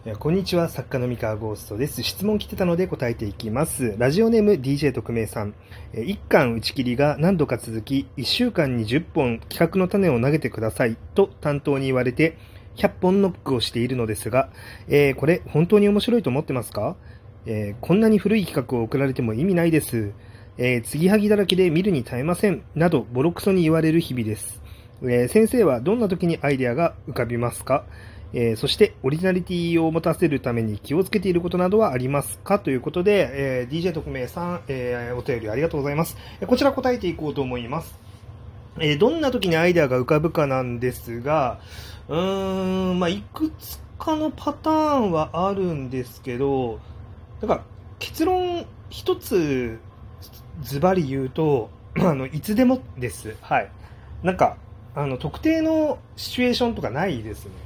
こんにちは、作家の三河ゴーストです。質問来てたので答えていきます。ラジオネーム DJ 特命さん。1巻打ち切りが何度か続き、1週間に10本企画の種を投げてくださいと担当に言われて、100本ノックをしているのですが、これ本当に面白いと思ってますか？こんなに古い企画を送られても意味ないです。継ぎはぎだらけで見るに耐えません。など、ボロクソに言われる日々です。先生はどんな時にアイデアが浮かびますか？そしてオリジナリティを持たせるために気をつけていることなどはありますかということで、DJ 特命さん、お便りありがとうございます。こちら答えていこうと思います。どんな時にアイデアが浮かぶかなんですが、いくつかのパターンはあるんですけど、だから結論一つズバリ言うと、いつでもです。はい。なんか、特定のシチュエーションとかないですね。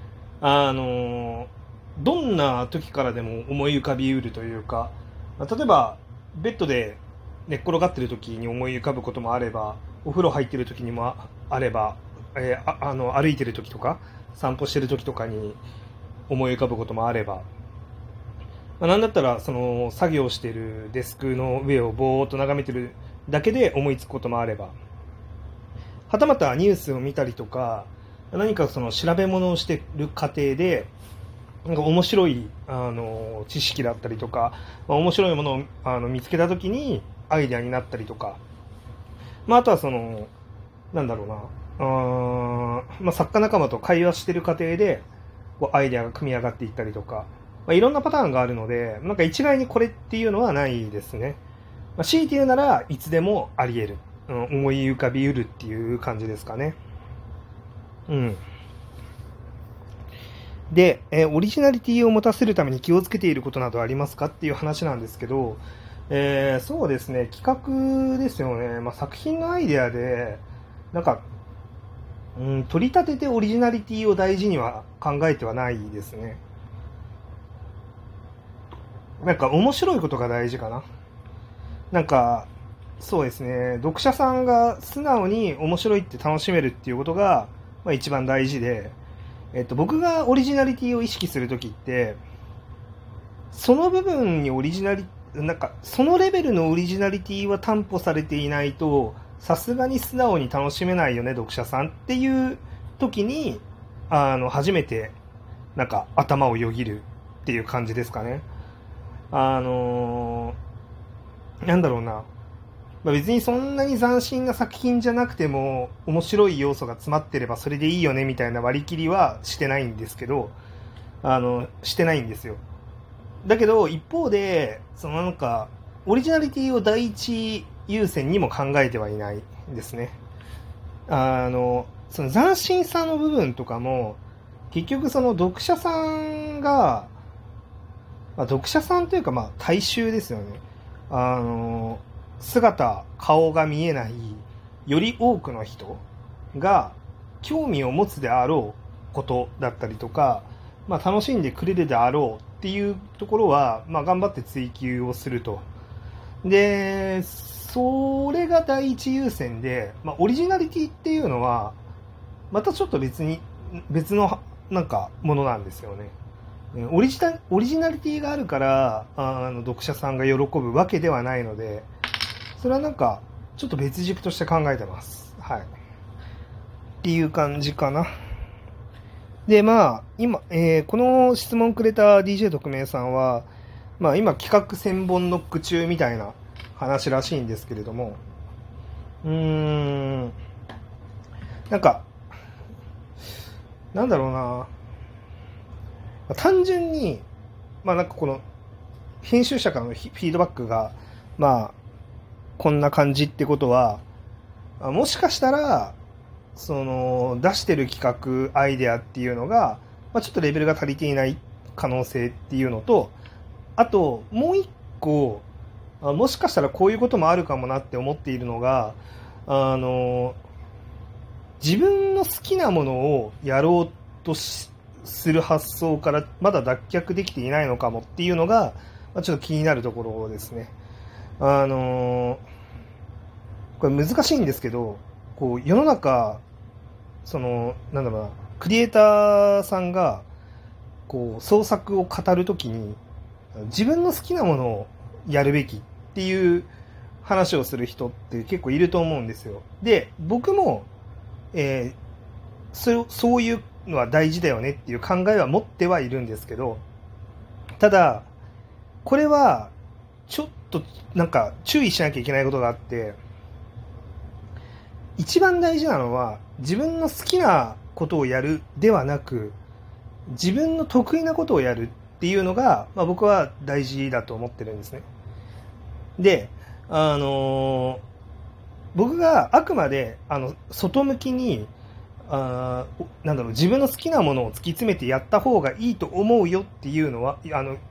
どんな時からでも思い浮かびうるというか、例えばベッドで寝っ転がってる時に思い浮かぶこともあれば、お風呂入ってる時にもあれば、歩いてる時とか散歩してる時とかに思い浮かぶこともあれば、なんだったらその作業してるデスクの上をぼーっと眺めてるだけで思いつくこともあれば、はたまたニュースを見たりとか、何かその調べ物をしている過程で、なんか面白い知識だったりとか、面白いものを見つけたときにアイデアになったりとか、あとはその、なんだろうな、作家仲間と会話している過程でこうアイデアが組み上がっていったりとか、いろんなパターンがあるので、なんか一概にこれっていうのはないですね。強いて言うならいつでもあり得る、思い浮かびうるっていう感じですかね。うん。で、オリジナリティを持たせるために気をつけていることなどありますかっていう話なんですけど、そうですね、企画ですよね。作品のアイデアで、なんか、取り立ててオリジナリティを大事には考えてはないですね。なんか面白いことが大事かな。なんか、そうですね、読者さんが素直に面白いって楽しめるっていうことが、一番大事で、僕がオリジナリティを意識するときって、その部分にオリジナリ、なんか、そのレベルのオリジナリティは担保されていないと、さすがに素直に楽しめないよね、読者さんっていう時に、初めて、なんか、頭をよぎるっていう感じですかね。なんだろうな。別にそんなに斬新な作品じゃなくても面白い要素が詰まってればそれでいいよねみたいな割り切りはしてないんですけど、してないんですよ。だけど一方でそのなんかオリジナリティを第一優先にも考えてはいないですね。その斬新さの部分とかも結局その読者さんが、読者さんというか大衆ですよね。姿、顔が見えないより多くの人が興味を持つであろうことだったりとか、楽しんでくれるであろうっていうところは、頑張って追求をすると。で、それが第一優先で、オリジナリティっていうのは、またちょっと別のなんかものなんですよね。オリジナリティがあるから読者さんが喜ぶわけではないので、それはなんかちょっと別軸として考えてます。はい。っていう感じかな。で、今、この質問くれた DJ 特命さんは、今企画1000本ノック中みたいな話らしいんですけれども、なんか、なんだろうな、単純に、なんかこの編集者からのフィードバックが、こんな感じってことは、もしかしたら、その、出してる企画、アイデアっていうのが、ちょっとレベルが足りていない可能性っていうのと、あと、もう一個、もしかしたらこういうこともあるかもなって思っているのが、自分の好きなものをやろうとする発想からまだ脱却できていないのかもっていうのが、ちょっと気になるところですね。これ難しいんですけど、こう世の中、そのなんだろうな、クリエイターさんがこう創作を語るときに自分の好きなものをやるべきっていう話をする人って結構いると思うんですよ。で、僕も、そういうのは大事だよねっていう考えは持ってはいるんですけど、ただこれはちょっとなんか注意しなきゃいけないことがあって、一番大事なのは自分の好きなことをやるではなく、自分の得意なことをやるっていうのが、僕は大事だと思ってるんですね。で、僕があくまで外向きに自分の好きなものを突き詰めてやった方がいいと思うよっていうのは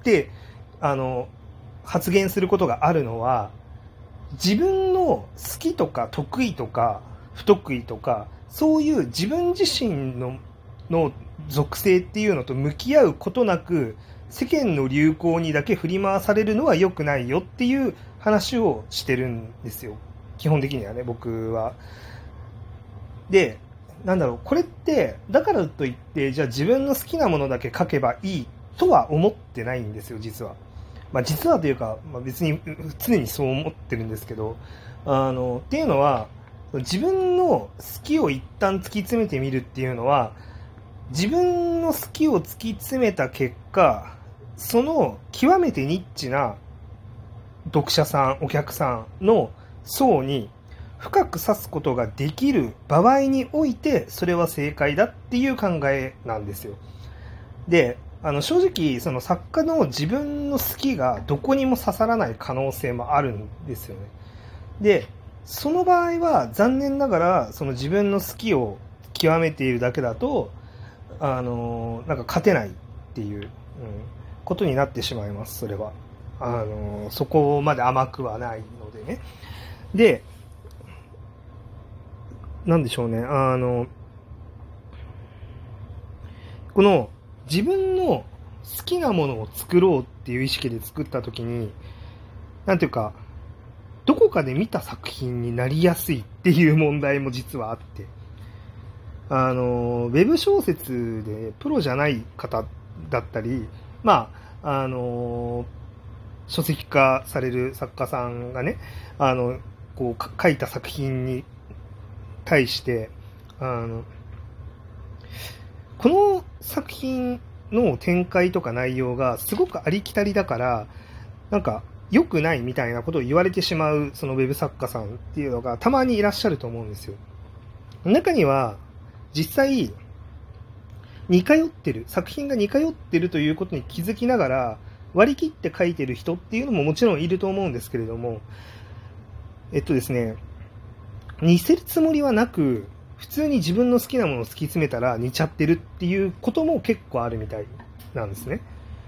発言することがあるのは、自分の好きとか得意とか不得意とかそういう自分自身の属性っていうのと向き合うことなく、世間の流行にだけ振り回されるのは良くないよっていう話をしてるんですよ、基本的にはね、僕は。で、これってだからといってじゃあ自分の好きなものだけ書けばいいとは思ってないんですよ、実は。実はというか、別に常にそう思ってるんですけど、っていうのは、自分の好きを一旦突き詰めてみるっていうのは、自分の好きを突き詰めた結果、その極めてニッチな読者さん、お客さんの層に深く刺すことができる場合において、それは正解だっていう考えなんですよ。で、正直その作家の自分の好きがどこにも刺さらない可能性もあるんですよね。で、その場合は残念ながらその自分の好きを極めているだけだと勝てないっていう、ことになってしまいます。それはそこまで甘くはないのでね。で、なんでしょうね、この自分の好きなものを作ろうっていう意識で作った時に、なんていうか、どこかで見た作品になりやすいっていう問題も実はあって、ウェブ小説でプロじゃない方だったり、書籍化される作家さんがね、こう書いた作品に対してこの作品の展開とか内容がすごくありきたりだから良くないみたいなことを言われてしまうそのウェブ作家さんっていうのがたまにいらっしゃると思うんですよ。中には実際作品が似通ってるということに気づきながら割り切って書いてる人っていうのももちろんいると思うんですけれども、ですね、似せるつもりはなく普通に自分の好きなものを突き詰めたら似ちゃってるっていうことも結構あるみたいなんですね。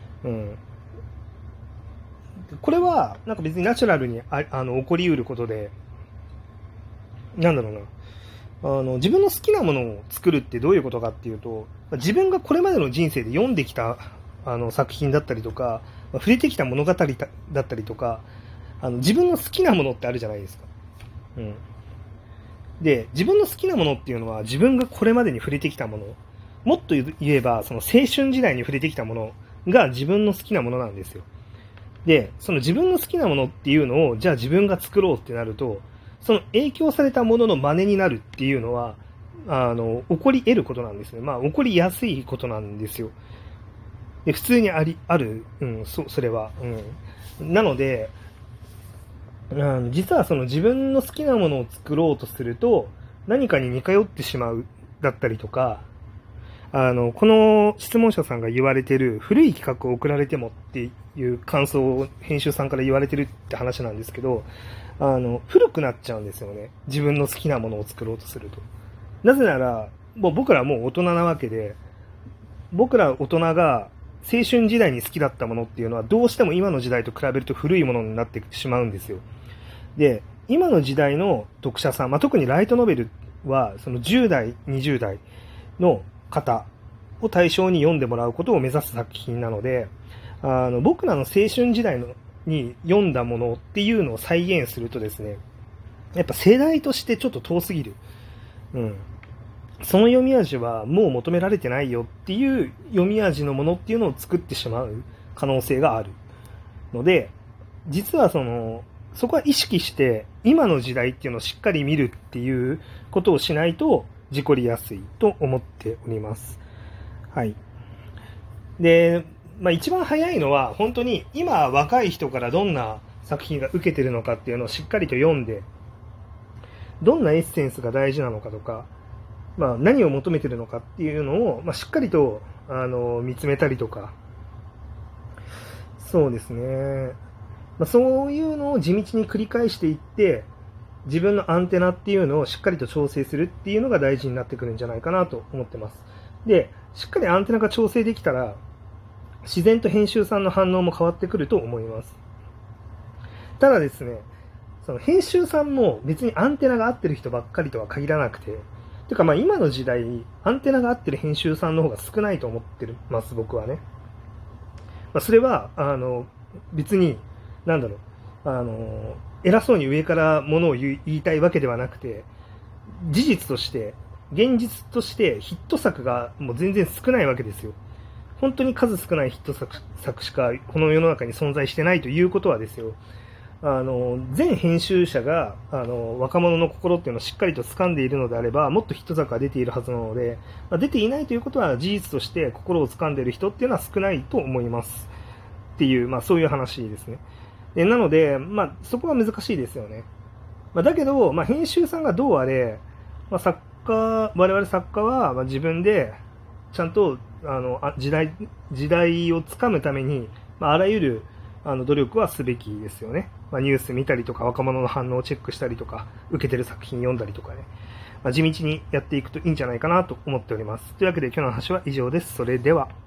これは別にナチュラルに起こりうることで、自分の好きなものを作るってどういうことかっていうと、自分がこれまでの人生で読んできた作品だったりとか触れてきた物語だったりとか自分の好きなものってあるじゃないですか。で、自分の好きなものっていうのは自分がこれまでに触れてきたもの、もっと言えばその青春時代に触れてきたものが自分の好きなものなんですよ。で、その自分の好きなものっていうのをじゃあ自分が作ろうってなると、その影響されたものの真似になるっていうのは起こり得ることなんですね。起こりやすいことなんですよ。で、普通にある、それは、なので実はその自分の好きなものを作ろうとすると何かに似通ってしまうだったりとか、この質問者さんが言われてる古い企画を送られてもっていう感想を編集さんから言われてるって話なんですけど、古くなっちゃうんですよね、自分の好きなものを作ろうとすると。なぜなら僕らもう大人なわけで、僕ら大人が青春時代に好きだったものっていうのはどうしても今の時代と比べると古いものになってしまうんですよ。で、今の時代の読者さん、特にライトノベルはその10代、20代の方を対象に読んでもらうことを目指す作品なので、僕らの青春時代に読んだものっていうのを再現するとですね、やっぱ世代としてちょっと遠すぎる。 その読み味はもう求められてないよっていう読み味のものっていうのを作ってしまう可能性があるので、実はそこは意識して今の時代っていうのをしっかり見るっていうことをしないと事故りやすいと思っております。はい。で、一番早いのは本当に今若い人からどんな作品が受けてるのかっていうのをしっかりと読んで、どんなエッセンスが大事なのかとか、何を求めてるのかっていうのを、しっかりと見つめたりとか、そうですね、そういうのを地道に繰り返していって、自分のアンテナっていうのをしっかりと調整するっていうのが大事になってくるんじゃないかなと思ってます。で、しっかりアンテナが調整できたら、自然と編集さんの反応も変わってくると思います。ただですね、その編集さんも別にアンテナが合ってる人ばっかりとは限らなくて、てか今の時代、アンテナが合ってる編集さんの方が少ないと思ってます、僕はね。それは、別に、偉そうに上からものを言いたいわけではなくて、事実として、現実としてヒット作がもう全然少ないわけですよ。本当に数少ないヒット作しかこの世の中に存在してないということはですよ、全編集者が若者の心っていうのをしっかりと掴んでいるのであれば、もっとヒット作が出ているはずなので、出ていないということは事実として心を掴んでいる人っていうのは少ないと思いますっていう、そういう話ですね。なので、そこは難しいですよね。だけど、編集さんがどうあれ、我々作家は自分でちゃんと時代をつかむために、あらゆる努力はすべきですよね。ニュース見たりとか、若者の反応をチェックしたりとか、受けてる作品読んだりとかね、地道にやっていくといいんじゃないかなと思っております。というわけで今日の話は以上です。それでは。